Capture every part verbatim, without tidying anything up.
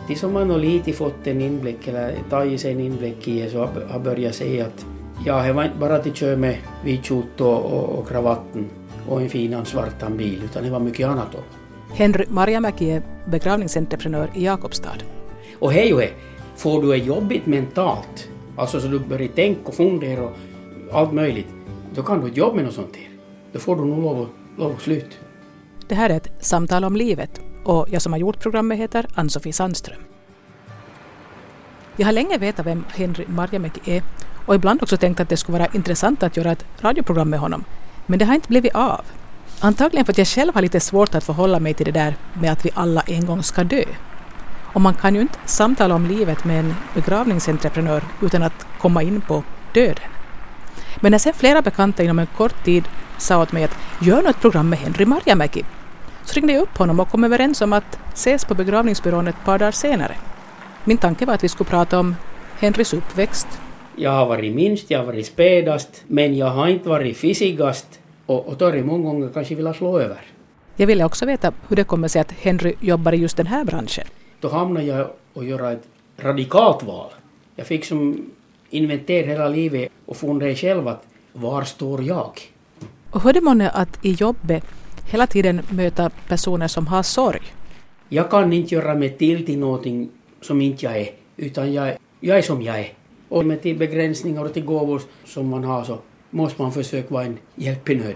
Tills som man har lite fått en inblick eller tagit sig en inblick i så har börjat säga att ja, det var inte bara till kör med vit skjorta och, och, och kravatten och en fin svartan bil, utan det var mycket annat då. Henry Marjamäki är begravningsentreprenör i Jakobstad. Och hej och hej, får du ett jobbigt mentalt, alltså så du börjar tänka och fundera och allt möjligt, då kan du ett jobb med något sånt här. Då får du nog lov att, lov att sluta. Det här är ett samtal om livet och jag som har gjort programmet heter Ann-Sofie Sandström. Jag har länge vetat vem Henry Marjamäki är och ibland också tänkt att det skulle vara intressant att göra ett radioprogram med honom. Men det har inte blivit av. Antagligen för att jag själv har lite svårt att förhålla mig till det där med att vi alla en gång ska dö. Och man kan ju inte samtala om livet med en begravningsentreprenör utan att komma in på döden. Men när sen flera bekanta inom en kort tid sa åt mig att gör något program med Henry Marjamäki, så ringde jag upp honom och kom överens om att ses på begravningsbyrån ett par dagar senare. Min tanke var att vi skulle prata om Henrys uppväxt. Jag har varit minst, jag har varit spädast, men jag har inte varit fysigast och, och Torri många gånger kanske vill slå över. Jag ville också veta hur det kommer sig att Henry jobbar i just den här branschen. Då hamnade jag och göra ett radikalt val. Jag fick som inventera hela livet och fundera själv att var står jag? Och hur är det månne att i jobbet hela tiden möta personer som har sorg? Jag kan inte göra mig till till någonting som inte jag är, utan jag, jag är som jag är. Och med till begränsningar och till gåvor som man har så måste man försöka vara en hjälp i nöden.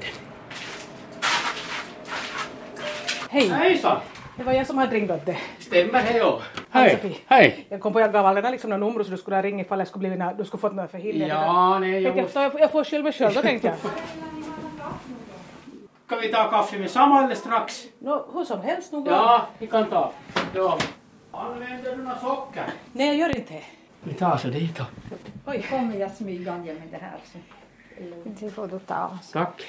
Hej! Hejsan! Det var jag som hade ringt åt det. Stämmer det jo. Hej! Hej! Jag kom på att jag gav aldrig liksom någon nummer så du skulle ringa ifall jag skulle bli du skulle fått något för Hilde. Ja, nej, jag måste... Jag, jag får själv mig själv, då tänkte jag. Ska vi ta kaffe med samma eller strax? No, hur som helst nog. Ja, vi kan ta. Ja. Använder du några socker? Nej, jag gör inte. Vi tar så dit då. Oj, kommer jag smygande med det här så. Det får du ta. Tack.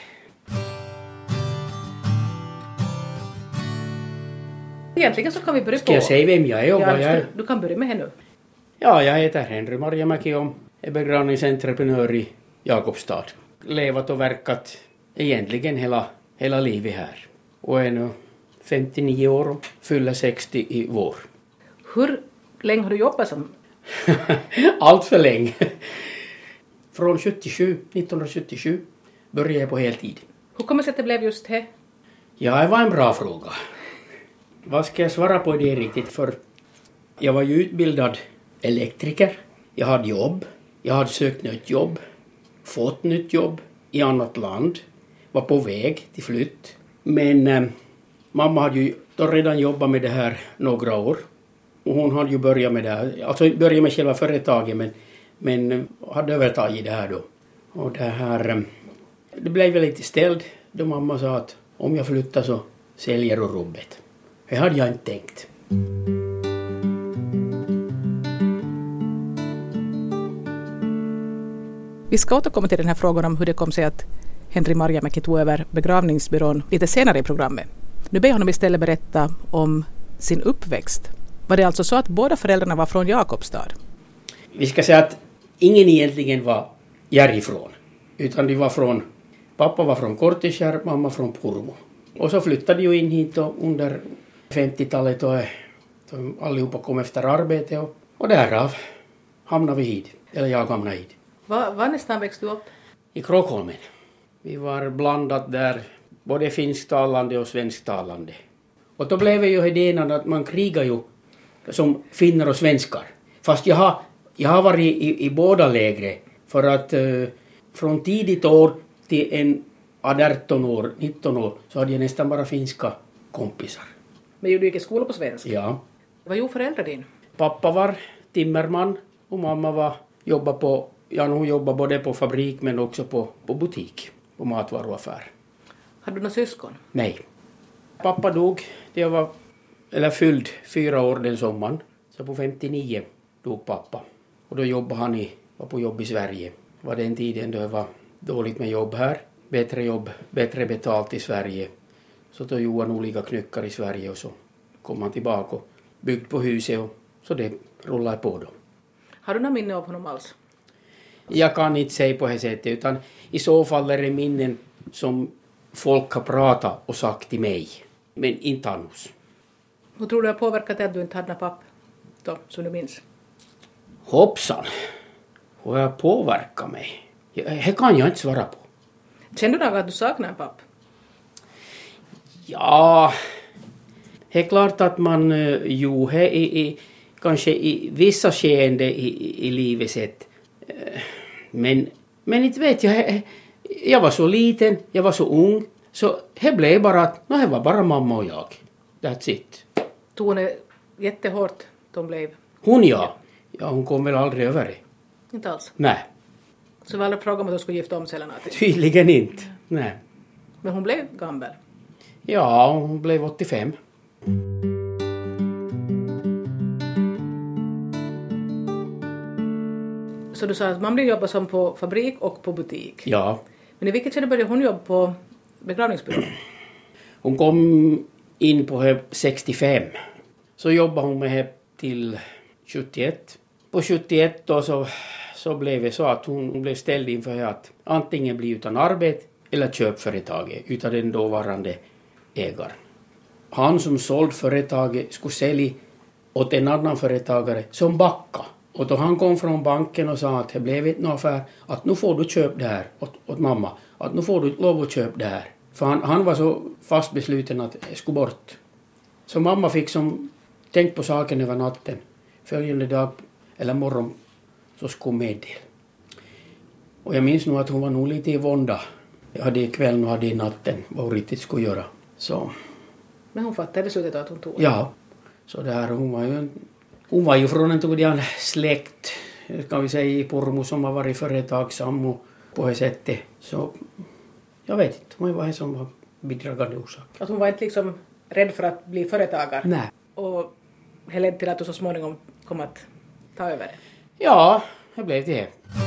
Egentligen så kan vi börja på. Ska jag säga vem jag är och ja, vad jag är? Du kan börja med henne. Ja, jag heter Henry Marjamäki och är begravningsentreprenör i Jakobstad. Levat och verkat egentligen hela, hela livet här. Och är nu femtionio år och fyller sextio i vår. Hur länge har du jobbat som? Allt för länge. Från sjuttiosju, nittonhundrasjuttiosju började jag på heltid. Hur kommer det sig att det blev just det? Ja, det var en bra fråga. Vad ska jag svara på det riktigt? För jag var ju utbildad elektriker. Jag hade jobb. Jag hade sökt nytt jobb. Fått nytt jobb i annat land. Var på väg till flytt. Men eh, mamma hade ju då redan jobbat med det här några år. Och hon hade ju börjat med det här. Alltså inte börjat med själva företaget men, men hade övertagit det här då. Och det här... Eh, det blev väl lite ställd då mamma sa att om jag flyttar så säljer du rubbet. Det hade jag inte tänkt. Vi ska återkomma till den här frågan om hur det kom sig att Henry Marjamäki tog över begravningsbyrån lite senare i programmet. Nu ber jag honom istället berätta om sin uppväxt. Var det alltså så att båda föräldrarna var från Jakobstad? Vi ska säga att ingen egentligen var härifrån. Utan de var från, pappa var från Korteskär, mamma från Purmo. Och så flyttade de in hit och under femtiotalet och allihopa kom efter arbete och, och därav hamnade vi hit. Eller jag hamnade hit. Var, var nästan växte du upp? I Kråkholmen. Vi var blandat där, både finsktalande och svensktalande. Och då blev ju idén att man krigar ju som finnar och svenskar. Fast jag har, jag har varit i, i båda lägre. För att eh, från tidigt år till en arton år, nitton år så hade jag nästan bara finska kompisar. Men gjorde du gick i skola på svenska? Ja. Vad gjorde föräldrar din? Pappa var timmerman och mamma var jobba på, ja hon jobbade både på fabrik men också på, på butik, på matvaruaffär. Hade du några syskon? Nej. Pappa dog, det var, eller fylld fyra år den sommaren. Så på femtionio dog pappa. Och då jobbade han i, var på jobb i Sverige. Det var den tiden då det var dåligt med jobb här. Bättre jobb, bättre betalt i Sverige. Så då gjorde han olika knyckar i Sverige och så kom han tillbaka och byggde på huset och så det rullade på då. Har du några minne av honom alls? Jag kan inte säga på det sättet utan i så fall är det minnen som folk har pratat och sagt till mig. Men inte annars. Hur tror du det har påverkat att du inte hade någon pappa? då, som du minns? Hoppsan. Hur har påverkat mig? Det kan jag inte svara på. Känner du att du saknar en papp? Ja, det är klart att man uh, jo, he, i, i, kanske i vissa skeende i, i livet sett. Uh, men, men inte vet jag, he, jag var så liten, jag var så ung, så det blev bara att, no, det var bara mamma och jag. That's it. Tog hon jättehårt de blev? Hon ja. Ja, hon kom väl aldrig över det. Inte alls? Nej. Så var aldrig frågan om att hon skulle gifta om sig eller något? Tydligen inte. Nej. Men hon blev gammal? Ja, hon blev åttiofem. Så du sa att man blir jobba som på fabrik och på butik? Ja. Men i vilket skede började hon jobba på begravningsbyrå? Hon kom in på sextiofem. Så jobbade hon med det till sjuttioett. På sjuttioett då så, så blev det så att hon blev ställd inför att antingen bli utan arbete eller köpföretaget utan den dåvarande ägaren. Han som sålde företaget skulle sälja åt en annan företagare som backa. Och då han kom från banken och sa att det blev inte någon affär, att nu får du köpa det här åt, åt mamma. Att nu får du lov att köpa det här. För han, han var så fast besluten att det skulle bort. Så mamma fick som tänkt på saken över natten. Följande dag eller morgon så skulle meddela. Och jag minns nog att hon var nog lite i vånda. Jag hade i kvällen och hade i natten vad hon riktigt skulle göra. Så. Men hon fattade beslutet att hon tog? Ja. Så där, hon var ju en, hon var ju från en togdian släkt, kan vi säga, i Pormo som har varit företagsam och på det sättet. Så jag vet inte, hon var en som var bidragande orsak. Att hon var inte liksom rädd för att bli företagare? Nej. Och det ledde till att du så småningom kom att ta över det? Ja, det blev det.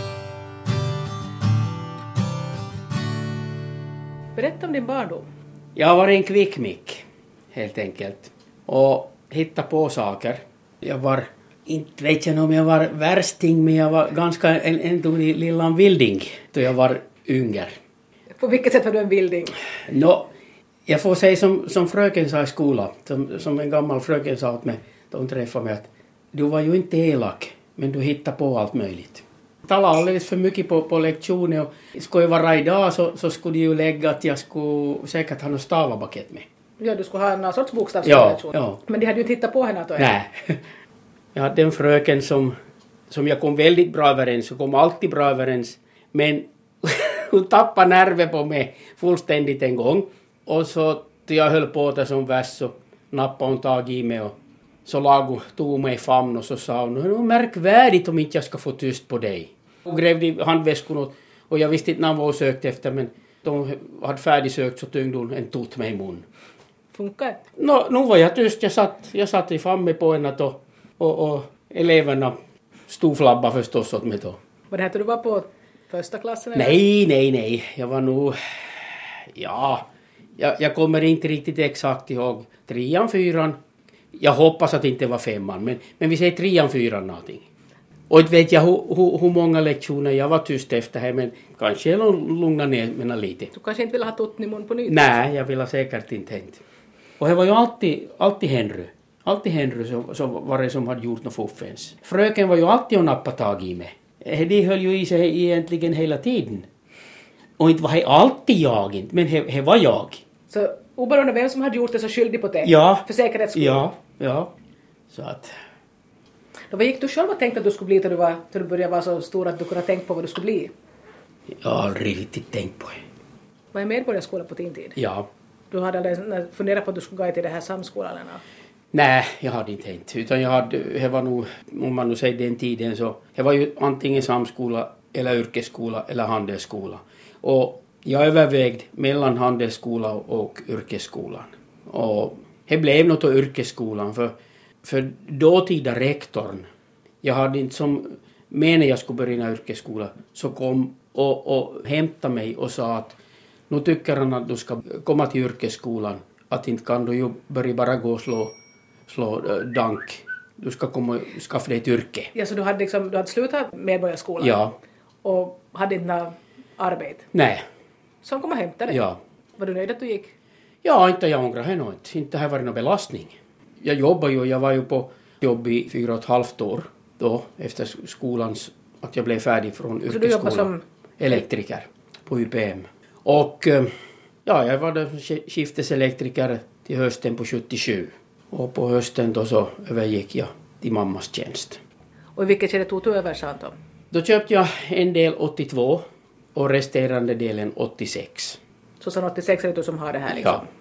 Berätta om din barndom. Jag var en kvickmick, helt enkelt. Och hittade på saker. Jag var, inte vet jag om jag var värsting, men jag var ganska en, en, en lilla vilding då jag var yngre. På vilket sätt var du en vilding? Nå, jag får säga som, som fröken sa i skolan, som, som en gammal fröken sa åt mig, då hon träffade mig, att du var ju inte elak, men du hittade på allt möjligt. Talade alldeles för mycket på, på lektioner, och skulle jag vara idag så, så skulle jag ju lägga att jag skulle säkert ha någon stavabaket med. Ja, du skulle ha en sorts bokstavskombination. Ja, ja. Men de hade ju inte tittat på henne då? Nej. Jag hade en fröken som, som jag kom väldigt bra överens, och kom alltid bra överens, men hon tappade nerver på mig fullständigt en gång. Och så när jag höll på det som väst så nappade hon tag i mig och så lag hon, tog mig i famn och så sa hon, det är märkvärdigt om inte jag ska få tyst på dig. Hon grävde i handväskan och, och jag visste inte när hon sökte efter, men då hon hade färdigsökt så tyngde hon en tot med i mun. Funkar det? Nå, nu var jag tyst, jag satt, jag satt i framme på henne och, och, och eleverna stod flabba förstås åt mig då. Var det här du var på första klassen? Eller? Nej, nej, nej. Jag var nog, ja, jag, jag kommer inte riktigt exakt ihåg. Trean, fyran. Jag hoppas att det inte var femman, men, men vi säger trean, fyran någonting. Och inte vet jag hur, hur, hur många lektioner jag var tyst efter här, men kanske jag lugna ner mig lite. Du kanske inte ville ha tutten i mun på nytt? Nej, jag ville säkert inte hänt. Och det var ju alltid, alltid Henry. Alltid Henry så, så var det som hade gjort något fuffens. Fröken var ju alltid att nappa tag i mig. De höll ju i sig egentligen hela tiden. Och inte var det alltid jag inte, men det var jag. Så oberoende vem som hade gjort det så skyldig på det? Ja. För säkerhets skull? Ja, ja. Så att... Då, vad gick du själv och tänkte att du skulle bli till du, var, till du började vara så stor att du kunde tänka på vad du skulle bli? Jag har aldrig riktigt tänkt på det. Var är medborgarskolan på din tid? Ja. Du hade aldrig funderat på att du skulle gå till det här samskolan eller? Nej, jag hade inte tänkt. Utan jag hade, det var nog, om man nu säger den tiden så, det var ju antingen samskola eller yrkesskola eller handelsskola. Och jag övervägde mellan handelsskola och yrkesskolan. Och det blev något av yrkesskolan för, för dåtida rektorn, jag hade inte som, medan jag skulle börja yrkesskola, så kom och, och hämtade mig och sa att nu tycker han att du ska komma till yrkesskolan, att inte kan du ju börja bara gå och slå, slå äh, dank. Du ska komma och skaffa dig ett yrke. Ja, så du hade, liksom, du hade slutat medborgarskolan? Ja. Och hade inte något arbete? Nej. Så han kom och hämtade dig? Ja. Var du nöjd att du gick? Ja, inte jag ångrar henne inte. Inte har varit någon belastning. Jag jobbade ju, jag var ju på jobb i fyra och ett halvt år då efter skolans, att jag blev färdig från yrkesskolan. Så du jobbar som elektriker på U P M. Och ja, jag var där skifteselektriker till hösten på sjuttiosju. Och på hösten då så övergick jag till mammas tjänst. Och i vilket skede tog du över, sa då? Då köpte jag en del åttiotvå och resterande delen åttiosex. Så sen åttiosex är det du som har det här liksom? Ja.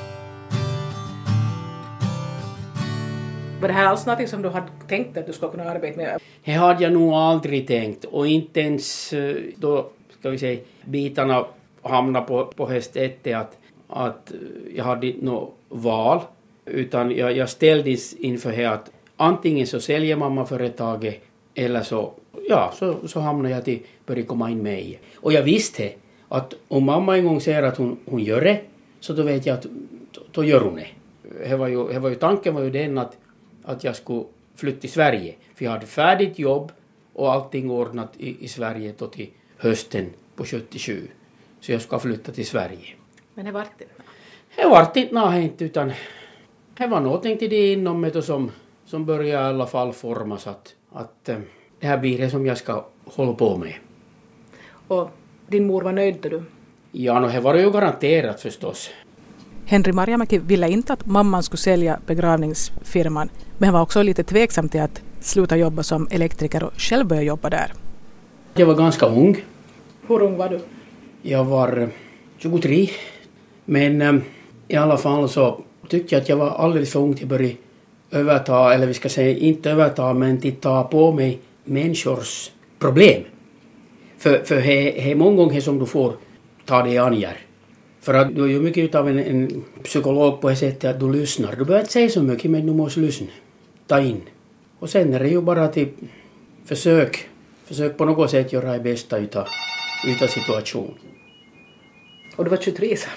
Var det här alls något som du hade tänkt att du skulle kunna arbeta med? Det hade jag nog aldrig tänkt. Och inte ens då, ska vi säga, bitarna hamnade på, på höst ett att, att jag hade något val. Utan jag, jag ställdes inför det att antingen så säljer mamma företaget eller så, ja, så, så hamnar jag till börja komma in med i. Och jag visste att om mamma en gång säger att hon, hon gör det, så då vet jag att då, då gör hon det. Det var ju, det var ju, tanken var ju den att, att jag skulle flytta till Sverige. För jag hade färdigt jobb och allting ordnat i, i Sverige då till hösten på sjuttiosju. Så jag ska flytta till Sverige. Men det var inte? Det var inte något, utan det var någonting till det inom mig som, som började i alla fall formas att, att äh, det här blir det som jag ska hålla på med. Och din mor var nöjd du? Ja, no, det var ju garanterat förstås. Henry Marjamäki ville inte att mamman skulle sälja begravningsfirman, men han var också lite tveksam till att sluta jobba som elektriker och själv börja jobba där. Jag var ganska ung. Hur ung var du? Jag var tjugotre, men äh, i alla fall så tyckte jag att jag var alldeles för ung till att börja överta, eller vi ska säga inte överta, men till ta på mig människors problem. För, för det är många gånger som du får ta det an er. För att du är ju mycket av en, en psykolog på det sättet att du lyssnar. Du behöver inte säga så mycket, men du måste lyssna. Ta in. Och sen är det ju bara till försök. Försök på något sätt göra det bästa utav, utav situation. Och du var tjugotre, sa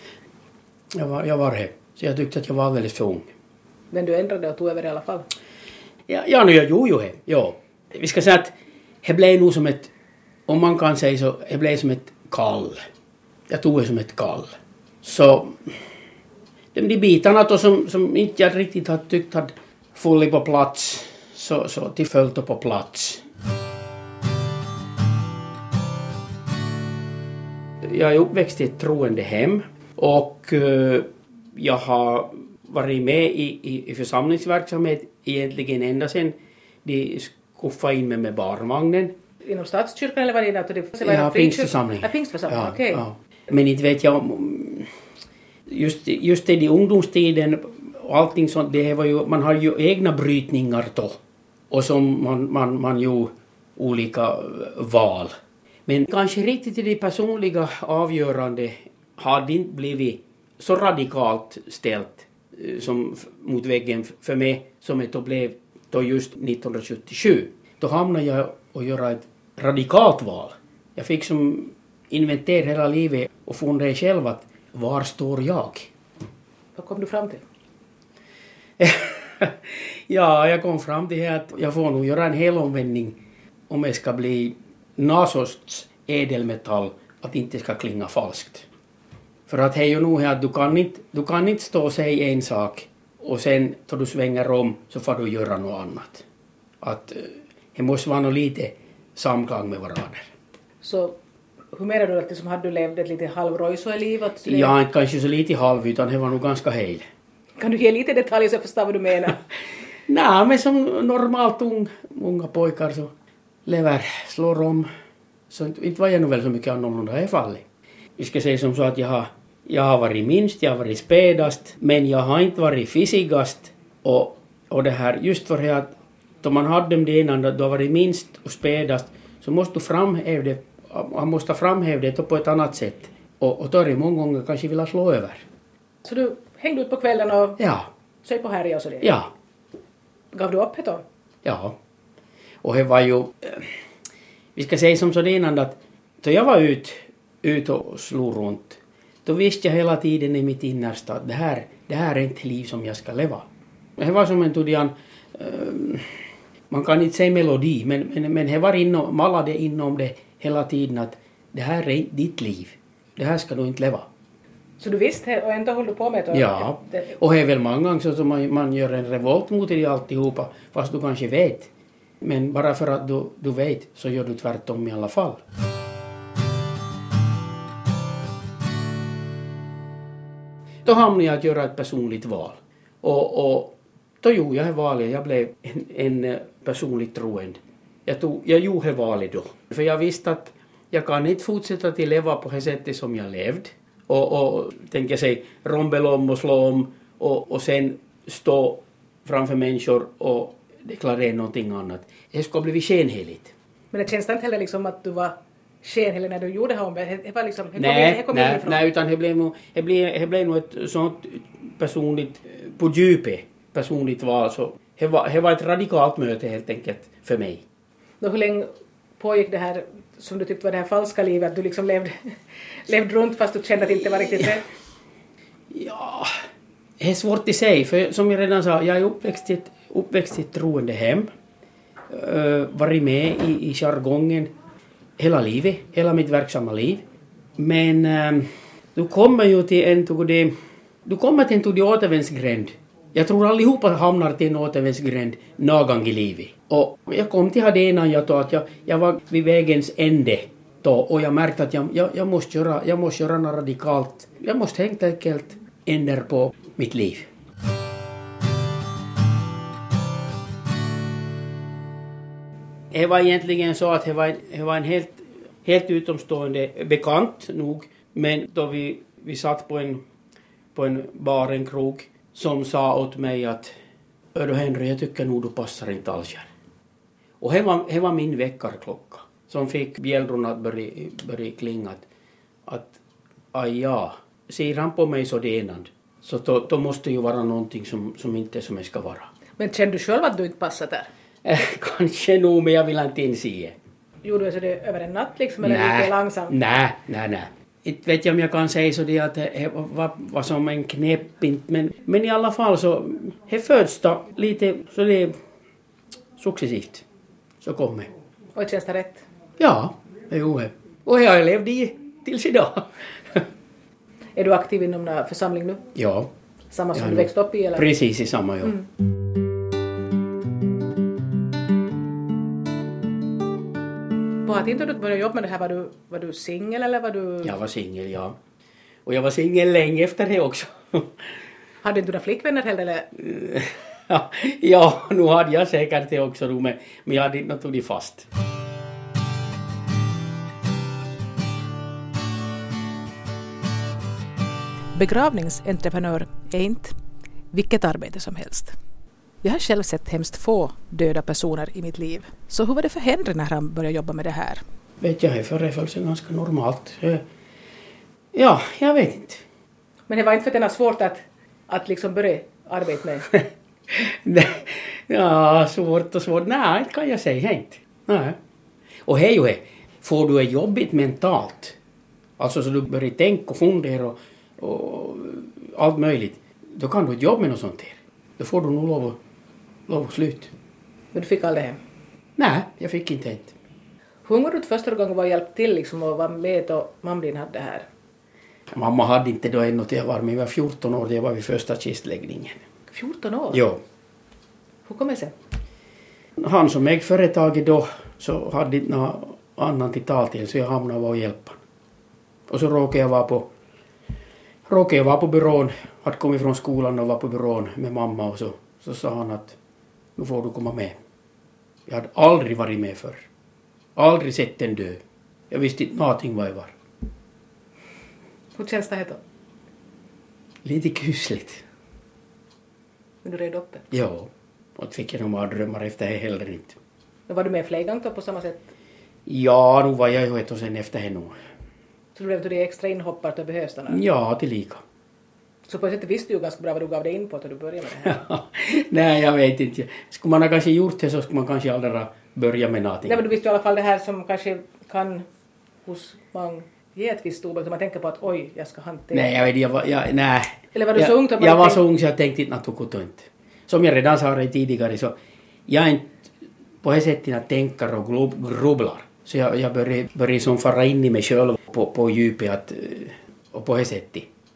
du? Jag var, jag var det. Så jag tyckte att jag var alldeles för ung. Men du ändrade och tog över i alla fall? Ja, ja nu jag gjorde ju det. Ja. Vi ska säga att det blev nog som ett, om man kan säga så, det blev som ett kall. Jag tog det som ett kall. Så de, de bitarna då som, som inte jag riktigt hade tyckt hade fullt på plats, så, så de följde på plats. Jag är uppväxt i ett troende hem och uh, jag har varit med i, i, i församlingsverksamhet egentligen ända sedan de skuffade in mig med barnvagnen. Inom statskyrkan eller var det innan? Det ja, pingstförsamling. Ja, pingstförsamling, ja, okej. Okay. Ja. Men inte vet jag om, just, just det i ungdomstiden och allting sånt, det var ju, man har ju egna brytningar då. Och som man, man, man ju olika val. Men kanske riktigt i det personliga avgörande hade inte blivit så radikalt ställt som mot väggen för mig som det då blev då just nittonhundrasjuttiosju. Då hamnade jag och göra ett radikalt val. Jag fick som inventera hela livet och fundera själv att var står jag? Vad kom du fram till? Ja, jag kom fram till att jag får nog göra en helomvändning om jag ska bli nasorts edelmetall, att det inte ska klinga falskt. För att det är ju nog här att du kan inte, du kan inte stå och säga en sak och sen då du svänger om så får du göra något annat. Att det måste vara något lite samklang med varandra. Så hur menar du att det som hade du levt ett lite halvrojso i livet? Ja, inte kanske så lite halv utan det var nog ganska hel. Kan du ge lite detaljer så jag förstår vad du menar? Nej, men som normalt ung, unga pojkar så lever, slår om. Så inte var jag nog väl så mycket annorlunda i fallet. Vi ska säga som så att jag har, jag har varit minst, jag har varit spädast, men jag har inte varit fisigast. Och, och det här, just för att då man hade det innan, då har varit minst och spädast, så måste du framhäva det, man måste framhäva det på ett annat sätt. Och, och då är det många gånger kanske vilja slå över. Så du hängde ut på kvällen och ja. sög på härja och så det? Ja. Gav du upp det då? Ja. Och det var ju, vi ska säga som så det innan att då jag var ut, ut och slog runt, då visste jag hela tiden i mitt innersta att det här, det här är inte liv som jag ska leva. Det var som en tudian, uh, man kan inte säga melodi, men, men, men det var inom, malade inom det hela tiden att det här är inte ditt liv. Det här ska du inte leva. Så du visste och ändå höll du på med det? Ja, och det är väl många gånger så som man, man gör en revolt mot det alltihopa, fast du kanske vet. Men bara för att du, du vet så gör du tvärtom i alla fall. Då hamnade jag att göra ett personligt val. Och, och då gjorde jag det valet. Jag blev en, en personligt troende. Jag, tog, jag gjorde det valet då. För jag visste att jag kan inte fortsätta att leva på det sättet som jag levde. Och, och tänker sig rombel om och slå om och, och sen stå framför människor och deklarera någonting annat. Det skulle bli skenheligt. Men det känns inte heller liksom att du var skenhelig när du gjorde det här. Det var liksom, det nej, kom, det kom nej, nej, utan det blev nog, det blev, det blev nog ett sånt personligt, på djupet personligt val. Så det var, det var ett radikalt möte helt enkelt för mig. Då hur länge pågick det här som du tyckte var det här falska livet? Att du liksom levde, levde runt fast du kände att det inte var riktigt rätt? Ja, det är svårt att säga. För som jag redan sa, jag är uppväxt i ett, uppväxt i ett troende hem. Uh, varit med i, i jargongen hela livet, hela mitt verksamma liv. Men uh, du kommer ju till en tog det, du kommer till en tog det återvändsgränd. Jag tror allihopa hamnar till en återvändsgränd någon gång i livet. Och jag kom till det innan jag tog att jag, jag var vid vägens ände då, och jag märkte att jag, jag, jag, måste göra, jag måste göra något radikalt. Jag måste helt enkelt ändra på mitt liv. Det var egentligen så att det var, det var en helt, helt utomstående bekant nog. Men då vi, vi satt på en, på en bar, en krog, som sa åt mig att Ödo Henry, jag tycker nog du passar inte alls här. Och det var, det var min väckarklocka som fick bjällrorna att börja, börja klinga. Att, att aj ja, ser han på mig så det enand. Så då, då måste ju vara någonting som, som inte är som det ska vara. Men kände du själv att du inte passade där? Kanske nog, men jag vill inte inse det. Gjorde du det över en natt liksom, eller lite långsamt? Nej, nej, nej. Inte vet jag om jag kan säga så det att det var, var som en knäppint, men, men i alla fall så det föds då lite så det är successivt så kommer. Och känns det rätt? Ja, det är det. Och jag har levt i tills idag. Är du aktiv inom en församling nu? Ja. Samma som ja, du växte upp i? Eller? Precis i samma, ja. Mm. På att inte du började jobba med det här, var du, var du singel eller var du... Jag var singel, ja. Och jag var singel länge efter det också. Hade du några flickvänner heller eller? ja, ja, nu hade jag säkert det också, men, men jag hade inte tagit fast. Begravningsentreprenör är inte vilket arbete som helst. Jag har själv sett hemskt få döda personer i mitt liv. Så hur var det för Henry när han började jobba med det här? Vet jag, det föreföll sig ganska normalt. Ja, jag vet inte. Men det var inte för att det var svårt att, att liksom börja arbeta med? ja, svårt och svårt. Nej, inte kan jag säga inte. Nej. Och hej och hej, får du ett jobbigt mentalt, alltså så du börjar tänka och fundera och, och allt möjligt, då kan du ett jobb med något sånt här. Då får du nog lov att, lov att sluta. Men du fick aldrig hem? Nej, jag fick inte inte. Hur var du första gången var hjälpt till liksom, och var med och mamma din hade det här? Mamma hade inte då ännu till jag var med. Jag var fjorton år, det var vid första kistläggningen. fjorton år? Jo. Hur kom det sig? Han som ägde företaget då så hade inte någon annan till tal till, så jag hamnade och hjälpa. Och så råkade jag vara på råkade jag vara på byrån, hade kommit från skolan och var på byrån med mamma, och så, så sa han att nu får du komma med. Jag hade aldrig varit med förr. Aldrig sett en dö. Jag visste inte någonting vad jag var. Hur känns det här då? Lite kusligt. Men du red upp det? Ja, och fick jag nog mardrömmar efter det heller inte. Men var du med fler gånger på samma sätt? Ja, nu var jag ju ett och sen efter henne. Så du blev du det extra inhoppart och behövs den? Ja, tillika. Så på ett sätt visste du ganska bra vad du gav dig in på när du började med det här? Nej, jag vet inte. Skulle man ha kanske gjort det så skulle man kanske aldrig börja med någonting. Nej, men du visste i alla fall det här som kanske kan hos många ge ett visst ord, man tänker på att oj, jag ska hantera. Nej, jag vet jag var, jag, nej. Eller var du jag, så ung? Jag, jag var så ung så jag tänkte inte att det inte. Som jag redan sa tidigare så jag är inte på det sättet att tänka och grubblar. Så jag, jag började, började som fara in i mig själv på, på djupet att, och på det sättet.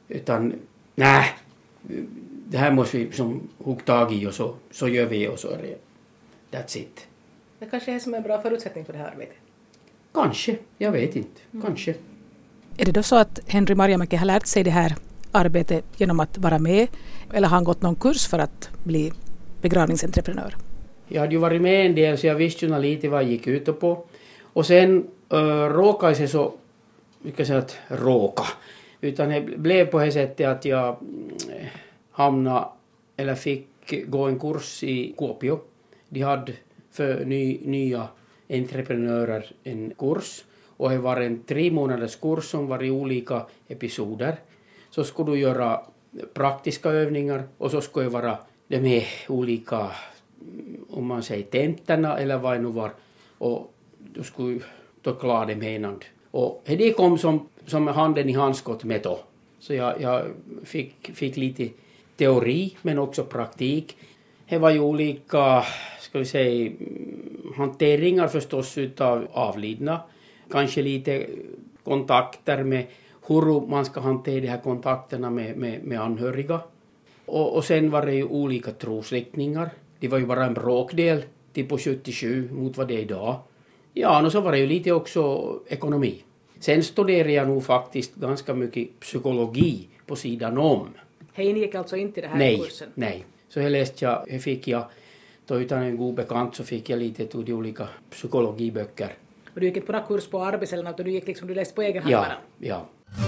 Utan, nej, det här måste vi som hugga tag i och så, så gör vi och så är det. That's it. Det kanske är som en bra förutsättning för det här arbetet. Kanske, jag vet inte. Mm. Kanske. Är det då så att Henry Marjamäki har lärt sig det här arbetet genom att vara med, eller har han gått någon kurs för att bli begravningsentreprenör? Jag hade ju varit med en del så jag visste ju lite vad jag gick ut på. Och sen äh, råkade jag så, vi kan säga att råka. Utan det blev på det sättet att jag äh, hamnade, eller fick gå en kurs i Kuopio. De hade för ny, nya entreprenörer en kurs. Och det var en tre månaders kurs som var i olika episoder. Så skulle du göra praktiska övningar och så skulle det vara de med olika, om man säger tentorna eller vad det nu var. Och du skulle då klara dem henand. Och det kom som, som handen i handskott med då. Så jag, jag fick, fick lite teori men också praktik. Det var ju olika, ska vi säga, hanteringar förstås utav avlidna. Kanske lite kontakter med hur man ska hantera de här kontakterna med, med, med anhöriga. Och, och sen var det ju olika trosriktningar. Det var ju bara en bråkdel till på sjuttiosju mot vad det är idag. Ja, och så var det ju lite också ekonomi. Sen studerade jag nog faktiskt ganska mycket psykologi på sidan om. Hej, ingick alltså inte i det här nej, kursen? Nej, så här läste jag, här fick jag, då utan en god bekant så fick jag lite till de olika psykologiböcker. Och du gick inte på någon kurs på arbets eller något, du gick liksom, du läste på egen hand ja, bara? Ja.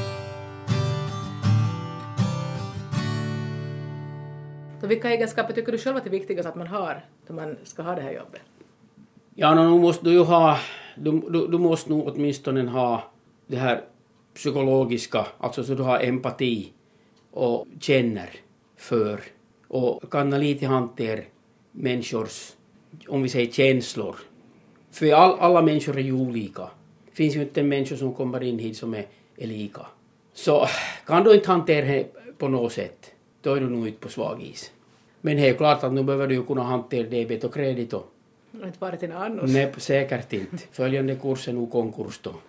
Så vilka egenskaper tycker du själv att det är viktigast att man har när man ska ha det här jobbet? Ja, nu måste du ju ha, du, du, du måste nog åtminstone ha det här psykologiska, alltså så du har empati och känner för och kan lite hantera människors, om vi säger känslor. För all, alla människor är ju olika. Det finns ju inte en människa som kommer in hit som är, är lika. Så kan du inte hantera det på något sätt, då är du nog inte på svag is. Men det är klart att nu behöver du ju kunna hantera debet och kredit då. Och inte bara till något annars. Nej, säkert inte. Följande kurs är nog konkurs då.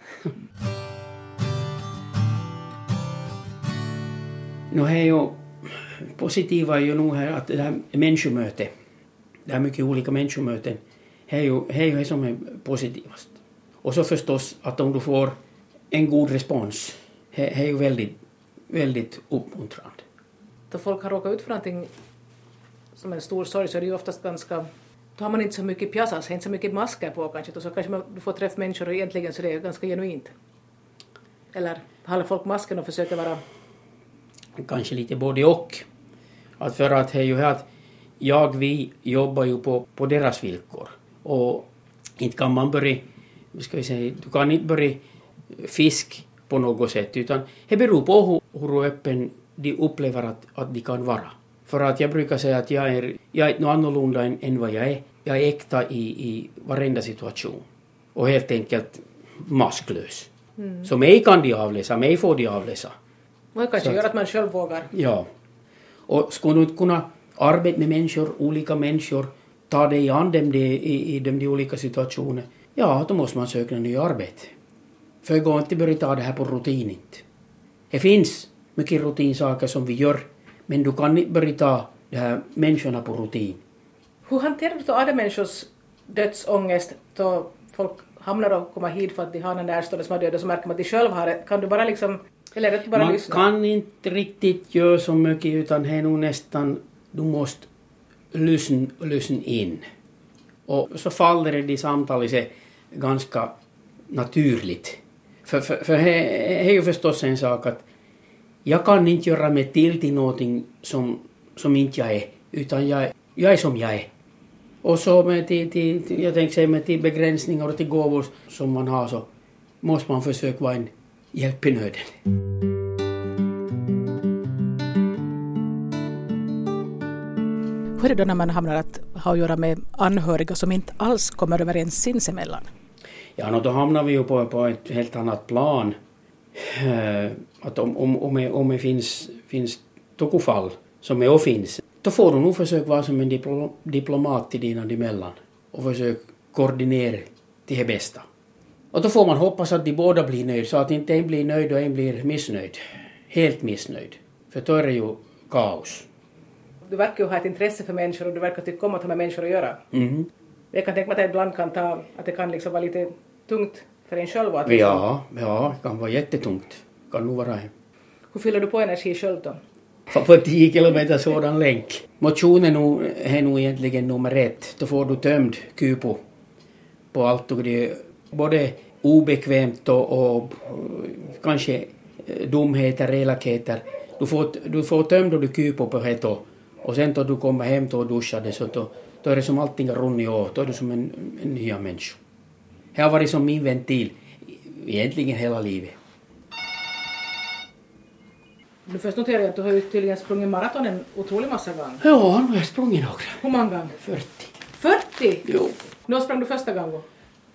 Nu är ju positiva är ju nog här att det här människomöte, det här mycket olika människomöten, det är ju det är ju det som är positivast. Och så förstås att om du får en god respons, det är ju väldigt, väldigt uppmuntrande. Då folk har råkat ut för någonting som en stor sorg så är det ju oftast ganska, då har man inte så mycket pjassas, inte så mycket masker på kanske, och så kanske man får träffa människor och egentligen så det är ganska genuint. Eller håller folk masken och försöker vara... Kanske lite både och. Att för att det är ju här att jag, vi jobbar ju på, på deras villkor. Och inte kan man börja, ska vi säga, du kan inte börja fisk på något sätt, utan det beror på hur, hur öppen de upplever att, att de kan vara. För att jag brukar säga att jag är, jag är något annorlunda än, än vad jag är. Jag är äkta i, i varenda situation. Och helt enkelt masklös. Mm. Så mig kan de avläsa, mig får de avläsa. Och det kanske gör att man själv vågar. Ja. Och ska du inte kunna arbeta med människor, olika människor, ta dig an dem i, i, i de, de olika situationerna, ja, då måste man söka en ny arbete. För det går inte börja ta det här på rutin inte. Det finns mycket rutinsaker som vi gör, men du kan inte börja ta de här människorna på rutin. Hur hanterar du då andra människors dödsångest då folk hamnar och kommer hit för att de har en närstående som har död och så märker man att de själv har det? Kan du bara liksom, eller rätt bara man lyssna? Man kan inte riktigt göra så mycket utan det är nog nästan, du måste lyssna, lyssna in. Och så faller det i samtalet sig ganska naturligt. För, för, för det är ju förstås en sak att jag kan inte göra mig till till någonting som, som inte jag är, utan jag, jag är som jag är. Och så med till, till, jag tänker säga med till begränsningar och till gåvor som man har så måste man försöka vara en hjälp i nöden. Hur är det då när man hamnar att ha att göra med anhöriga som inte alls kommer överens sinsemellan? Ja, då hamnar vi ju på, på ett helt annat plan. Uh, att om, om, om, det, om det finns, finns tokufall som det finns, då får du nog försöka vara som en diplo, diplomat till dina emellan och försöka koordinera till det bästa. Och då får man hoppas att de båda blir nöjda så att inte en blir nöjd och en blir missnöjd. Helt missnöjd. För då är det ju kaos. Du verkar ju ha ett intresse för människor och du verkar tycka om att ha med människor att göra. Mm. Jag kan tänka mig att det ibland kan ta, att det kan liksom vara lite tungt för en själv. Att liksom... Ja, ja, det kan vara jättetungt. Kan nog vara. Hur fyller du på energi själv då? På tio kilometer sådan länk. Motion är nog, är nog egentligen nummer ett. Då får du tömd kupo på allt och det är både obekvämt och, och kanske dumheter, elakheter. Du får, du får tömd och du kupo på det och, och sen då du kommer hem och duschar det så då, då är det som allting runnit av. Då är du som en, en nya människa. Det har varit som min ventil egentligen hela livet. Du först noterar att du har ju tydligen sprungit maraton en otrolig massa gånger. Ja, nu har jag sprungit några. Hur många gånger? fyrtio. fyrtio? Jo. När sprang du första gången?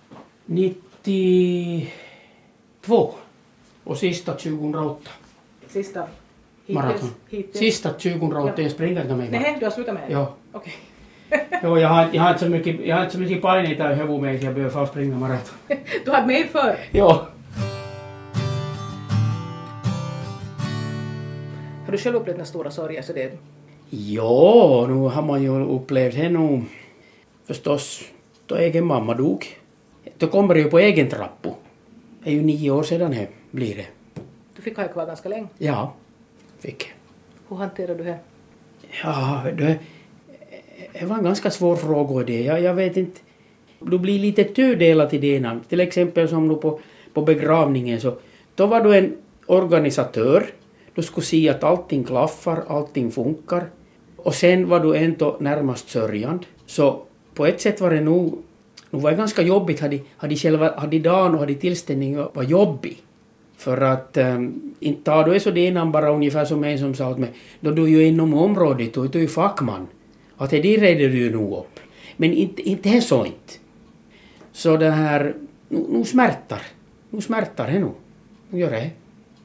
nittiotvå. Och sista tjugohundraåtta. Sista? Maraton. Hittills. Sista tjugohundraåtta, ja. Jag springer inte med. Nej, du har slutat med det? Ja. Okej. Jo, jag har, jag har inte så mycket, jag har inte så mycket pajnita i huvudet med så jag behöver få springa maraton. Du har med för? Ja. Har du själv upplevt den stora sorgen? Så det... Ja, nu har man ju upplevt det nog förstås då egen mamma dog. Då kommer det ju på egen trappo. Det är ju nio år sedan det blir det. Du fick ha kvar ganska länge? Ja, fick. Hur hanterar du det? Ja, det, det var en ganska svår fråga det. Jag, jag vet inte. Du blir lite tudelad i det. Till exempel som du på, på begravningen så då var du en organisatör. Du skulle se att allting klaffar, allting funkar. Och sen var du ändå närmast sörjande. Så på ett sätt var det nog, nog var det ganska jobbigt. Hade, hade, själva, hade dagen och hade tillställningen var jobbig. För att um, inte tar du är så det innan bara ungefär som en som sa åt mig. Då du är ju inom området, då är du ju fackman. Att det reder du ju nog upp. Men inte, inte är så inte. Så den här, nu, nu smärtar. Nu smärtar det nog. Nu gör det.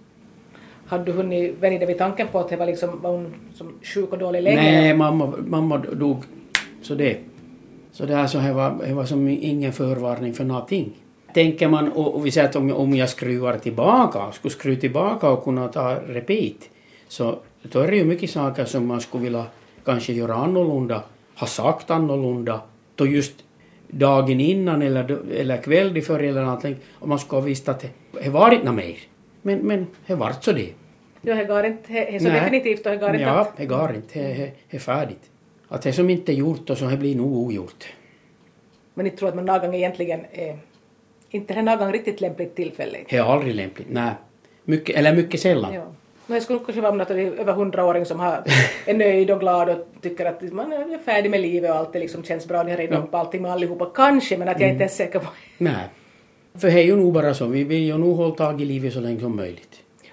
Hade du hunnit vänja dig vid tanken på att det var, liksom, var hon som sjuk och dålig länge? Nej, mamma, mamma dog. Så det. Så det, alltså, det, var, det var som ingen förvarning för någonting. Tänker man, och, och vi säger att om, om jag skruvar tillbaka, skulle skruva tillbaka och kunna ta repeat, så då är det ju mycket saker som man skulle vilja kanske göra annorlunda, ha sagt annorlunda, då just dagen innan eller, eller kväll för eller någonting, och man skulle ha visst att det, det var inte mer. Men, men det var så det. Ja, det går inte, det är så nej. Definitivt och det går inte. Ja, det går inte, det, det, det är färdigt. Att det som inte är gjort och så det blir nog ogjort. Men jag tror att man någon gång egentligen är, inte är någon gång riktigt lämpligt tillfälle. Det är aldrig lämpligt, nej. Mycket, eller mycket sällan. Ja. Men jag skulle kanske vara något över hundraåring som har, är nöjd och glad och tycker att man är färdig med livet och allt det liksom känns bra. Ni har redan upp allting med allihopa. Kanske, men att jag mm. inte är säker på. Nej. För det är ju nog bara så. Vi vill ju nog hålla tag i livet så länge som möjligt. Ja.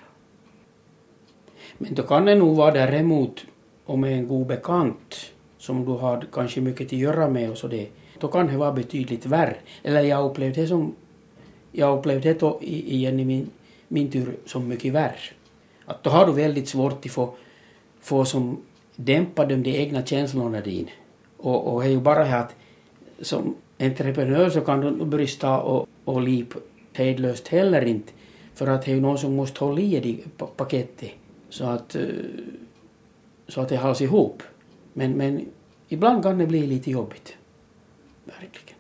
Men då kan det nog vara däremot om en god bekant som du har kanske mycket att göra med och så det. Då kan det vara betydligt värre. Eller jag upplevde det som jag upplevde det då igen i min, min tur som mycket värre. Att då har du väldigt svårt att få, få som dämpa de, de egna känslorna din. Och, och det är ju bara här att som entreprenör så kan du brista och, och liv hejdlöst heller inte. För att det är ju någon som måste hålla i det paketet så att, så att det hålls ihop. Men, men ibland kan det bli lite jobbigt. Verkligen.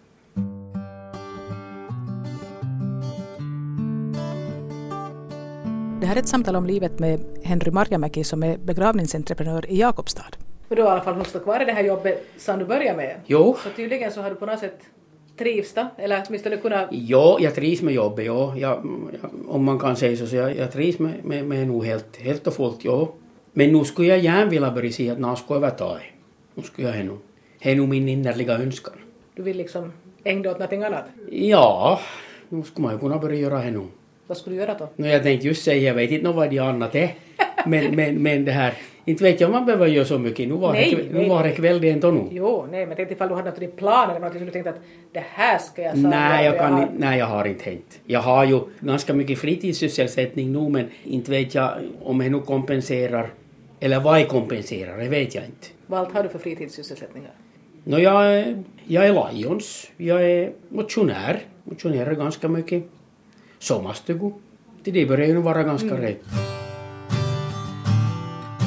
Det här är ett samtal om livet med Henry Marjamäki som är begravningsentreprenör i Jakobstad. Men du har i alla fall hostat kvar i det här jobbet som du började med. Jo. Så tydligen så har du på något sätt trivs då? Eller åtminstone kunna... Jo, jag trivs med jobbet, jo. Jag, om man kan säga så, så jag, jag trivs med, med, med nog helt, helt och fullt, jo. Men nu skulle jag gärna vilja börja säga att någon ska överta det. Nu skulle jag hända. Det är nog min innerliga önskan. Du vill liksom ägna åt någonting annat? Ja, nu skulle man ju kunna börja göra det nu. Vad skulle du göra då? No, jag tänkte just säga, jag vet inte vad det annat är. Men, men, men det här, inte vet jag om man behöver göra så mycket. Nu var, nej, det, nu nej, var det kväll det ändå nu. Jo, nej, men tänkte ifall du hade något i din plan eller något som du tänkte att det här ska jag säga. Nej, jag, kan, jag nej, jag har inte tänkt. Jag har ju ganska mycket fritidssysselsättning nu, men inte vet jag om jag nu kompenserar, eller vad jag kompenserar, det vet jag inte. Vad allt har du för fritidssysselsättningar? No, jag, är, jag är Lions, jag är motionär, motionerar ganska mycket. Sommarstugu, till det börjar ju vara ganska mm. rätt.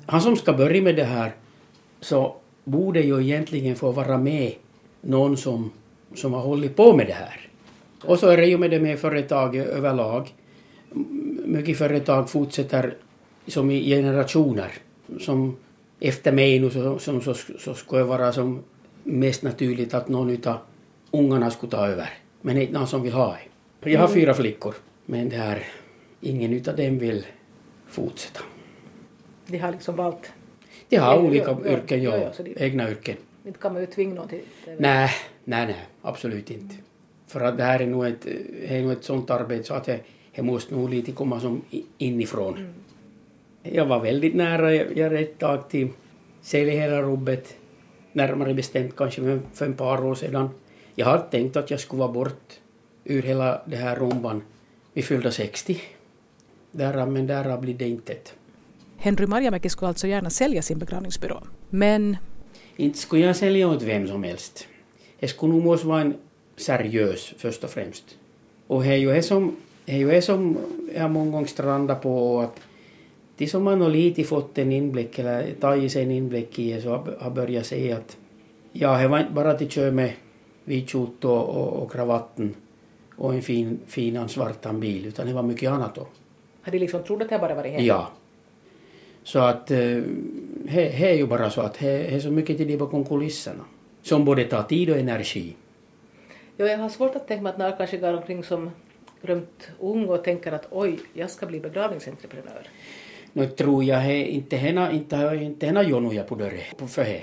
han som ska börja med det här så borde ju egentligen få vara med någon som, som har hållit på med det här. Och så är det ju med det med företag överlag. Mycket företag fortsätter som i generationer. Som efter mig nu så, som, så, så skulle det vara som mest naturligt att någon av ungarna skulle ta över. Men det är inte någon som vill ha det. Jag har fyra flickor. Men det här, ingen utav dem vill fortsätta. De har liksom valt? De har ja, olika ja, yrken, ja, ja, ja, det, egna yrken. Inte kan man ju tvinga någon till det. Nej, nej, nej, absolut inte. För att det här är nog ett, är nog ett sånt arbete så att det, det måste nog lite komma som inifrån. Mm. Jag var väldigt nära, jag, jag rätt tag till sälja hela rubbet. Närmare bestämt kanske för, för en par år sedan. Jag hade tänkt att jag skulle vara bort ur hela det här rumban vid fyllda sextio. Där, men där blir det inte ett. Henry Marjamäki skulle alltså gärna sälja sin begravningsbyrå. Men... Inte skulle jag sälja åt vem som helst. Det skulle nog måste vara en seriös först och främst. Och det är ju det som, det är ju det som jag många gånger strandar på att de som man har lite fått en inblick eller tagit sig en inblick i så har börjat säga att ja, det var inte bara till kör med vit skjort och, och, och kravatten och en fin, fin svartan bil utan det var mycket annat då. Har de liksom trott att det bara var det här? Ja. Så att det är ju bara så att det är så mycket till det bakom kulisserna som både tar tid och energi. Ja, jag har svårt att tänka mig att när kanske går omkring som grömt ung och tänker att oj, jag ska bli begravningsentreprenör. Nu tror jag he, inte henne inte inte henne jonoja på dörren på för he.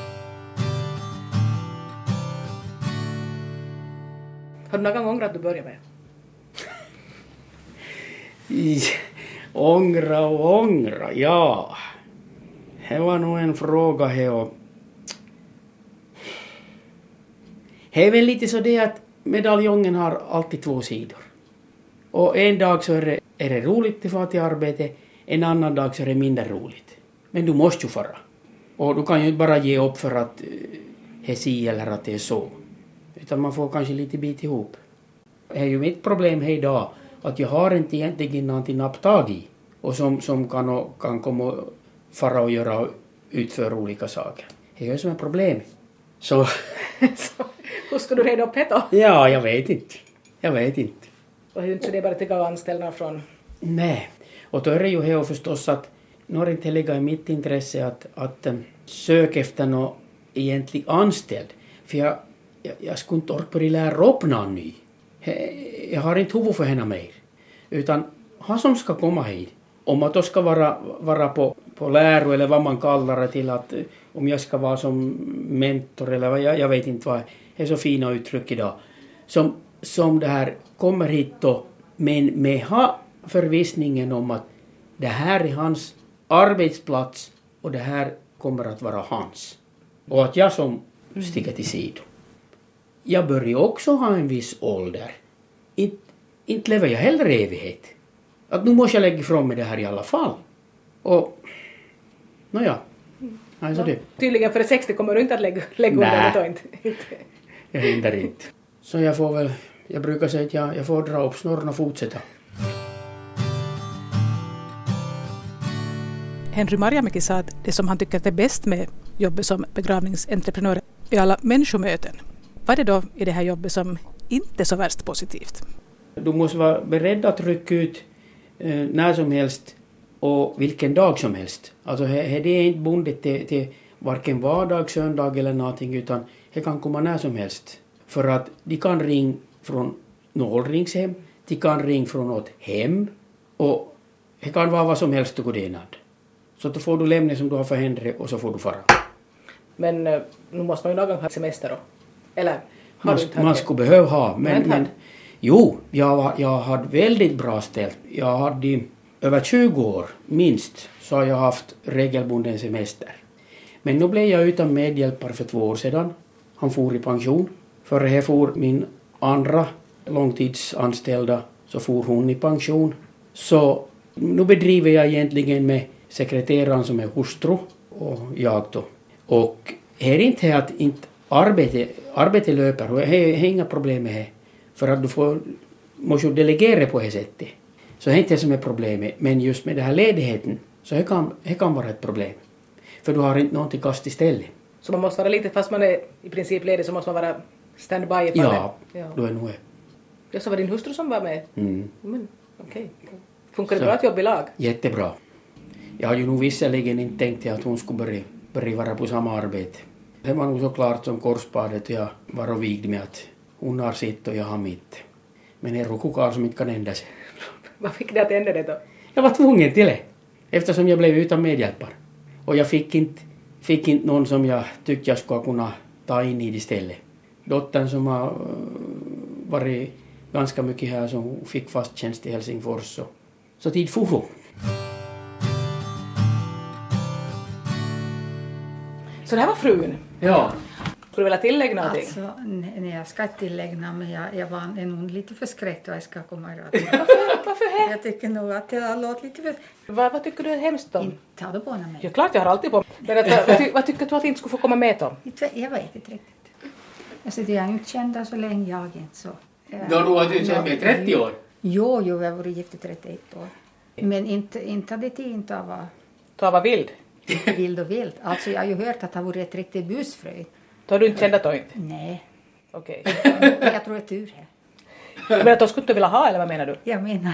Har du någon gång ångrat att du började med? Ångra och ångra, ja. Det var nog en fråga här och det är väl lite så det att medaljongen har alltid två sidor. Och en dag så är det, är det roligt att få till arbete, en annan dag så är det mindre roligt. Men du måste ju fara. Och du kan ju inte bara ge upp för att det är si eller att det är så. Utan man får kanske lite bit ihop. Det är ju mitt problem här idag att jag har inte egentligen någonting att tag i. Och som, som kan, kan komma och fara och göra utföra olika saker. Det är ju som ett problem. Så... så hur ska du reda upp det då? Ja, jag vet inte. Jag vet inte. Och hur inte det bara till att anställda från? Nej. Och då är det ju här förstås att nu har inte lägga i mitt intresse att, att um, söka efter någon egentlig anställd. För jag, jag, jag skulle inte orka börja lära upp någon ny. Jag har inte huvud för henne mer. Utan han som ska komma hit. Om att då ska vara, vara på, på läro eller vad man kallar det till att om jag ska vara som mentor eller vad, jag, jag vet inte vad. Det är så fina uttryck idag. Som, som det här kommer hit då. Men med ha förvissningen om att det här är hans arbetsplats och det här kommer att vara hans. Och att jag som sticker till sidan. Jag börjar också ha en viss ålder. Inte, inte lever jag heller evighet. Att nu måste jag lägga ifrån mig det här i alla fall. Och, nåja. Alltså det. Tydligen för sextio kommer du inte att lägga, lägga under det inte. Jag hinner inte. Så jag får väl, jag brukar säga att jag, jag får dra upp snorren och fortsätta. Henry Marjamäki sa att det som han tycker är bäst med jobbet som begravningsentreprenör är alla människomöten. Vad är det då i det här jobbet som inte är så värst positivt? Du måste vara beredd att rycka ut eh, när som helst och vilken dag som helst. Alltså he, det är inte bundet till, till varken vardag, söndag eller någonting utan det kan komma när som helst. För att de kan ringa från nollringshem, de kan ringa från något hem och det kan vara vad som helst du går denad. Så då får du lämna som du har för händer och så får du fara. Men nu måste man ju någon gång ha semester då? Eller har man, du inte man skulle behöva ha. Men, men, jo, jag, jag hade väldigt bra ställt. Jag hade över tjugo år minst så har jag haft regelbunden semester. Men nu blev jag utan medhjälpare för två år sedan. Han for i pension. För det for min andra långtidsanställda så for hon i pension. Så nu bedriver jag egentligen med sekreteraren som är hustru och jag då. Och här är inte att inte arbete, arbete löper och det är inga problem med det. För att du får, måste delegera på det sättet. Så det är inte det som är problemet. Men just med den här ledigheten Så det kan, det kan vara ett problem. För du har inte någonting kast istället. Så man måste vara lite, fast man är i princip ledig så måste man vara standby i fallet? Ja, ja. Du är nog. Ja, så var din hustru som var med? Mm. Men okej. Okay. Funkar det bra att jobba i lag? Jättebra. Jag har ju nog visserligen inte tänkt att hon skulle börja, börja vara på samma arbete. Det var nog så klart som korsbadet jag var och vigd med att hon har sitt och jag har mitt. Men det är rokokar som inte kan ändra sig. Vad fick det att ändra det då? Jag var tvungen till det. Eftersom jag blev utan medhjälpare. Och jag fick inte, fick inte någon som jag tyckte jag skulle kunna ta in i det istället. Dottern som har varit ganska mycket här som fick fast tjänst i Helsingfors. Så, så tid for hon. Så det här var frun? Ja. Skulle du vilja tillägga någonting? Alltså, nej, jag ska inte tillägna, men jag, jag var är nog lite förskräckt vad jag ska komma ihåg. Varför, varför här? Jag tycker nog att det har låtit lite för... Vad, vad tycker du är hemskt då? Inte har du på mig. Ja, klart jag har alltid på. Men att, vad, ty, vad tycker du att inte skulle få komma med då? Jag vet inte riktigt. Alltså, det är ju inte kända så länge jag inte så. Då du har du känt med trettio år? Jo, jo, jag har varit gift i trettioett år. Men inte, inte hade det inte att vara... Du var vild? Vild och vild. Alltså jag har ju hört att det har varit ett riktigt busfröjd. Då har du inte känt att inte? Nej. Okej. Okay. Jag tror det är tur här. Men att de skulle inte vilja ha, eller vad menar du? Jag menar.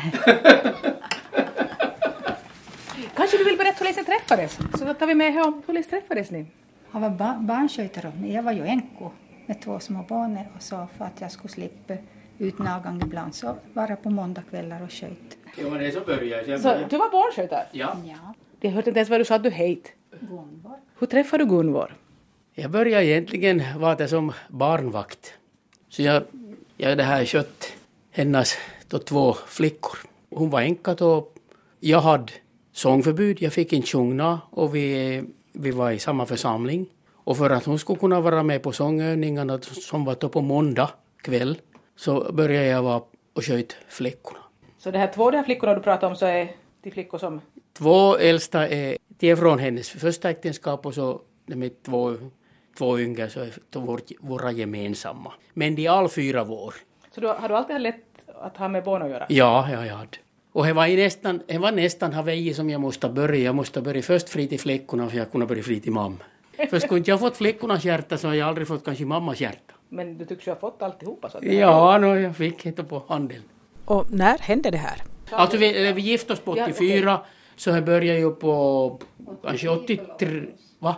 Kanske du vill berätta hur ni träffades? Så då tar vi med här om hur ni träffades ni. Jag var ba- barnskötare, men jag var ju enko med två små barn och så för att jag skulle slippa utnagang ibland så var jag på måndagkvällar och sköt. Det var det som började. Så du var barnskötare? Ja. Ja. Jag hörde inte ens vad du sa att du hejt. Gunvor. Hur träffade du Gunvor? Jag började egentligen vara som barnvakt. Så jag, jag det här kött hennes då två flickor. Hon var änka då. Jag hade sångförbud, jag fick inte sjunga och vi, vi var i samma församling. Och för att hon skulle kunna vara med på sångövningarna som var då på måndag kväll så började jag vara och sköt flickorna. Så det här två de här flickorna du pratar om så är de flickor som... Två äldsta är, de är från hennes första äktenskap och så med två, två yngre så är vår, våra gemensamma. Men de är all fyra vår. Så du, har du alltid lätt att ha med barn att göra? Ja, ja, ja. Och det var nästan, det var nästan Hawaii som jag måste börja. Jag måste börja först fri till flickorna för jag kunde börja fri till mamma. För skulle inte jag fått flickornas hjärta så har jag aldrig fått kanske mammas hjärta. Men du tycks ju ha fått alltihopa så att ja, no, jag fick hitta på handeln. Och när hände det här? Alltså vi, vi gifte oss på åttiofyra ja, okay. Så jag började ju på kanske åttiotre, va?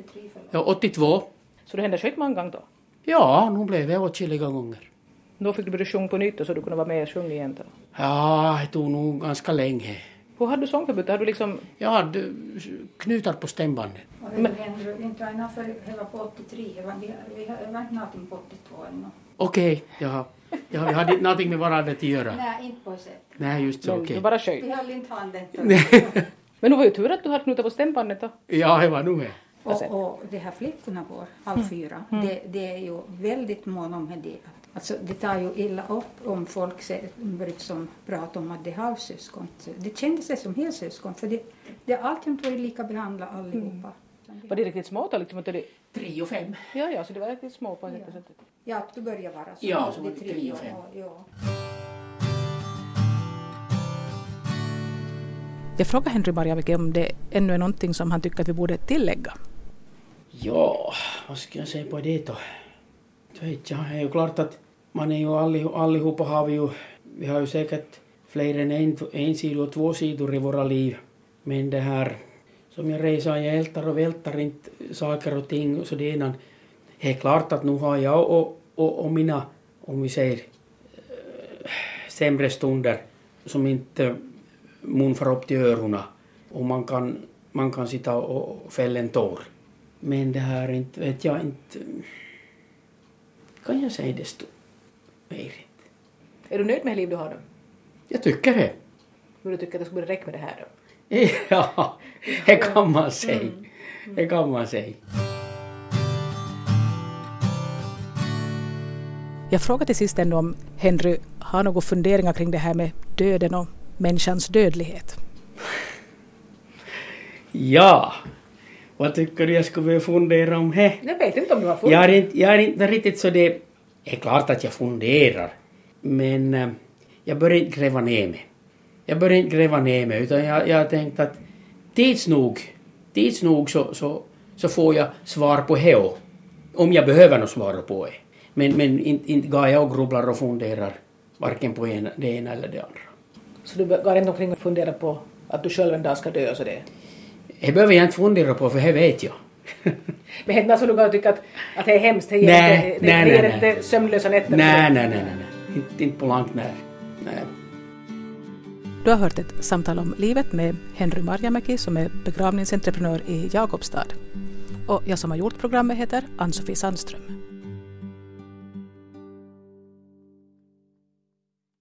Ja, åttiotvå. Så det hände skit många gånger då? Ja, nu blev det åtskilliga gånger. Då fick du börja sjunga på nytt så du kunde vara med och sjunga igen då? Ja, det tog nog ganska länge. Hur hade du sångförbud? Hade du liksom... Jag hade knutar på stämbanden. Men inte ena för det var på åttiotre, det var, vi var inte någonting på åttiotvå eller något. Okej, okay, ja. Ja, vi hade någonting med varandra att göra. Nej, inte på sätt. Nej, just så, okej. Okay. Du bara sköt. Vi höll inte handen. Men det var ju tur att du hade knutat på stämbandet då. Ja, det var nog med. Och, och de här flickorna går, all fyra, mm. det, det är ju väldigt mån om det. Alltså det tar ju illa upp om folk börjar som pratar om att det har syskon. Det kändes sig som helsyskon för det, det är alltid varit lika behandlat allihopa. Mm. Var det riktigt små då? Liksom, det... Tre och fem. Ja, ja, så det var riktigt små på ja. sättet. Ja, att du börjar vara så. Ja, så var det tre och fem. Ja. Jag frågar Henry Marjamäki om det ännu är någonting som han tycker att vi borde tillägga. Ja, vad ska jag säga på det då? Det är ju klart att man är ju allihop, allihopa har vi ju, vi har ju säkert fler än en, en sida och två sidor i våra liv. Men det här, som jag reser, jag ältar och vältar inte saker och ting. Så det är, någon, det är klart att nu har jag och, och, och mina, om vi säger, äh, sämre stunder som inte mun far upp till öronen. Och man kan, man kan sitta och fälla en tår. Men det här inte, vet jag inte... Kan jag säga desto mer? Är du nöjd med det liv du har då? Jag tycker det. Hur du tycker att det skulle räcka med det här då? Ja, det kan man säga. Mm. Mm. Det kan man säga. Jag frågar till sist ändå om Henry har några funderingar kring det här med döden och människans dödlighet. Ja, vad tycker du jag skulle fundera om det? Jag vet inte om du har funderat. Jag är inte, jag är inte riktigt så det... Det är klart att jag funderar. Men äh, jag börjar inte gräva ner mig. Jag börjar inte gräva ner mig utan jag, jag har tänkt att tids nog, tids nog så, så, så får jag svar på heo. Om jag behöver något svara på det. Men, men inte, inte går jag och grubblar och funderar varken på en, det ena eller det andra. Så du går inte omkring och funderar på att du själv en dag ska dö och så det? Det behöver jag inte fundera på, för det vet jag. Men det är inte så du går och tycker att, att det är hemskt, det ger nej, inte, nej, det ger nej, inte nej. sömnlösa nätter? Nej, nej, nej, nej, nej. Inte, inte på långt när. Nej. Du har hört ett samtal om livet med Henry Marjamäki som är begravningsentreprenör i Jakobstad. Och jag som har gjort programmet heter Ann-Sofie Sandström.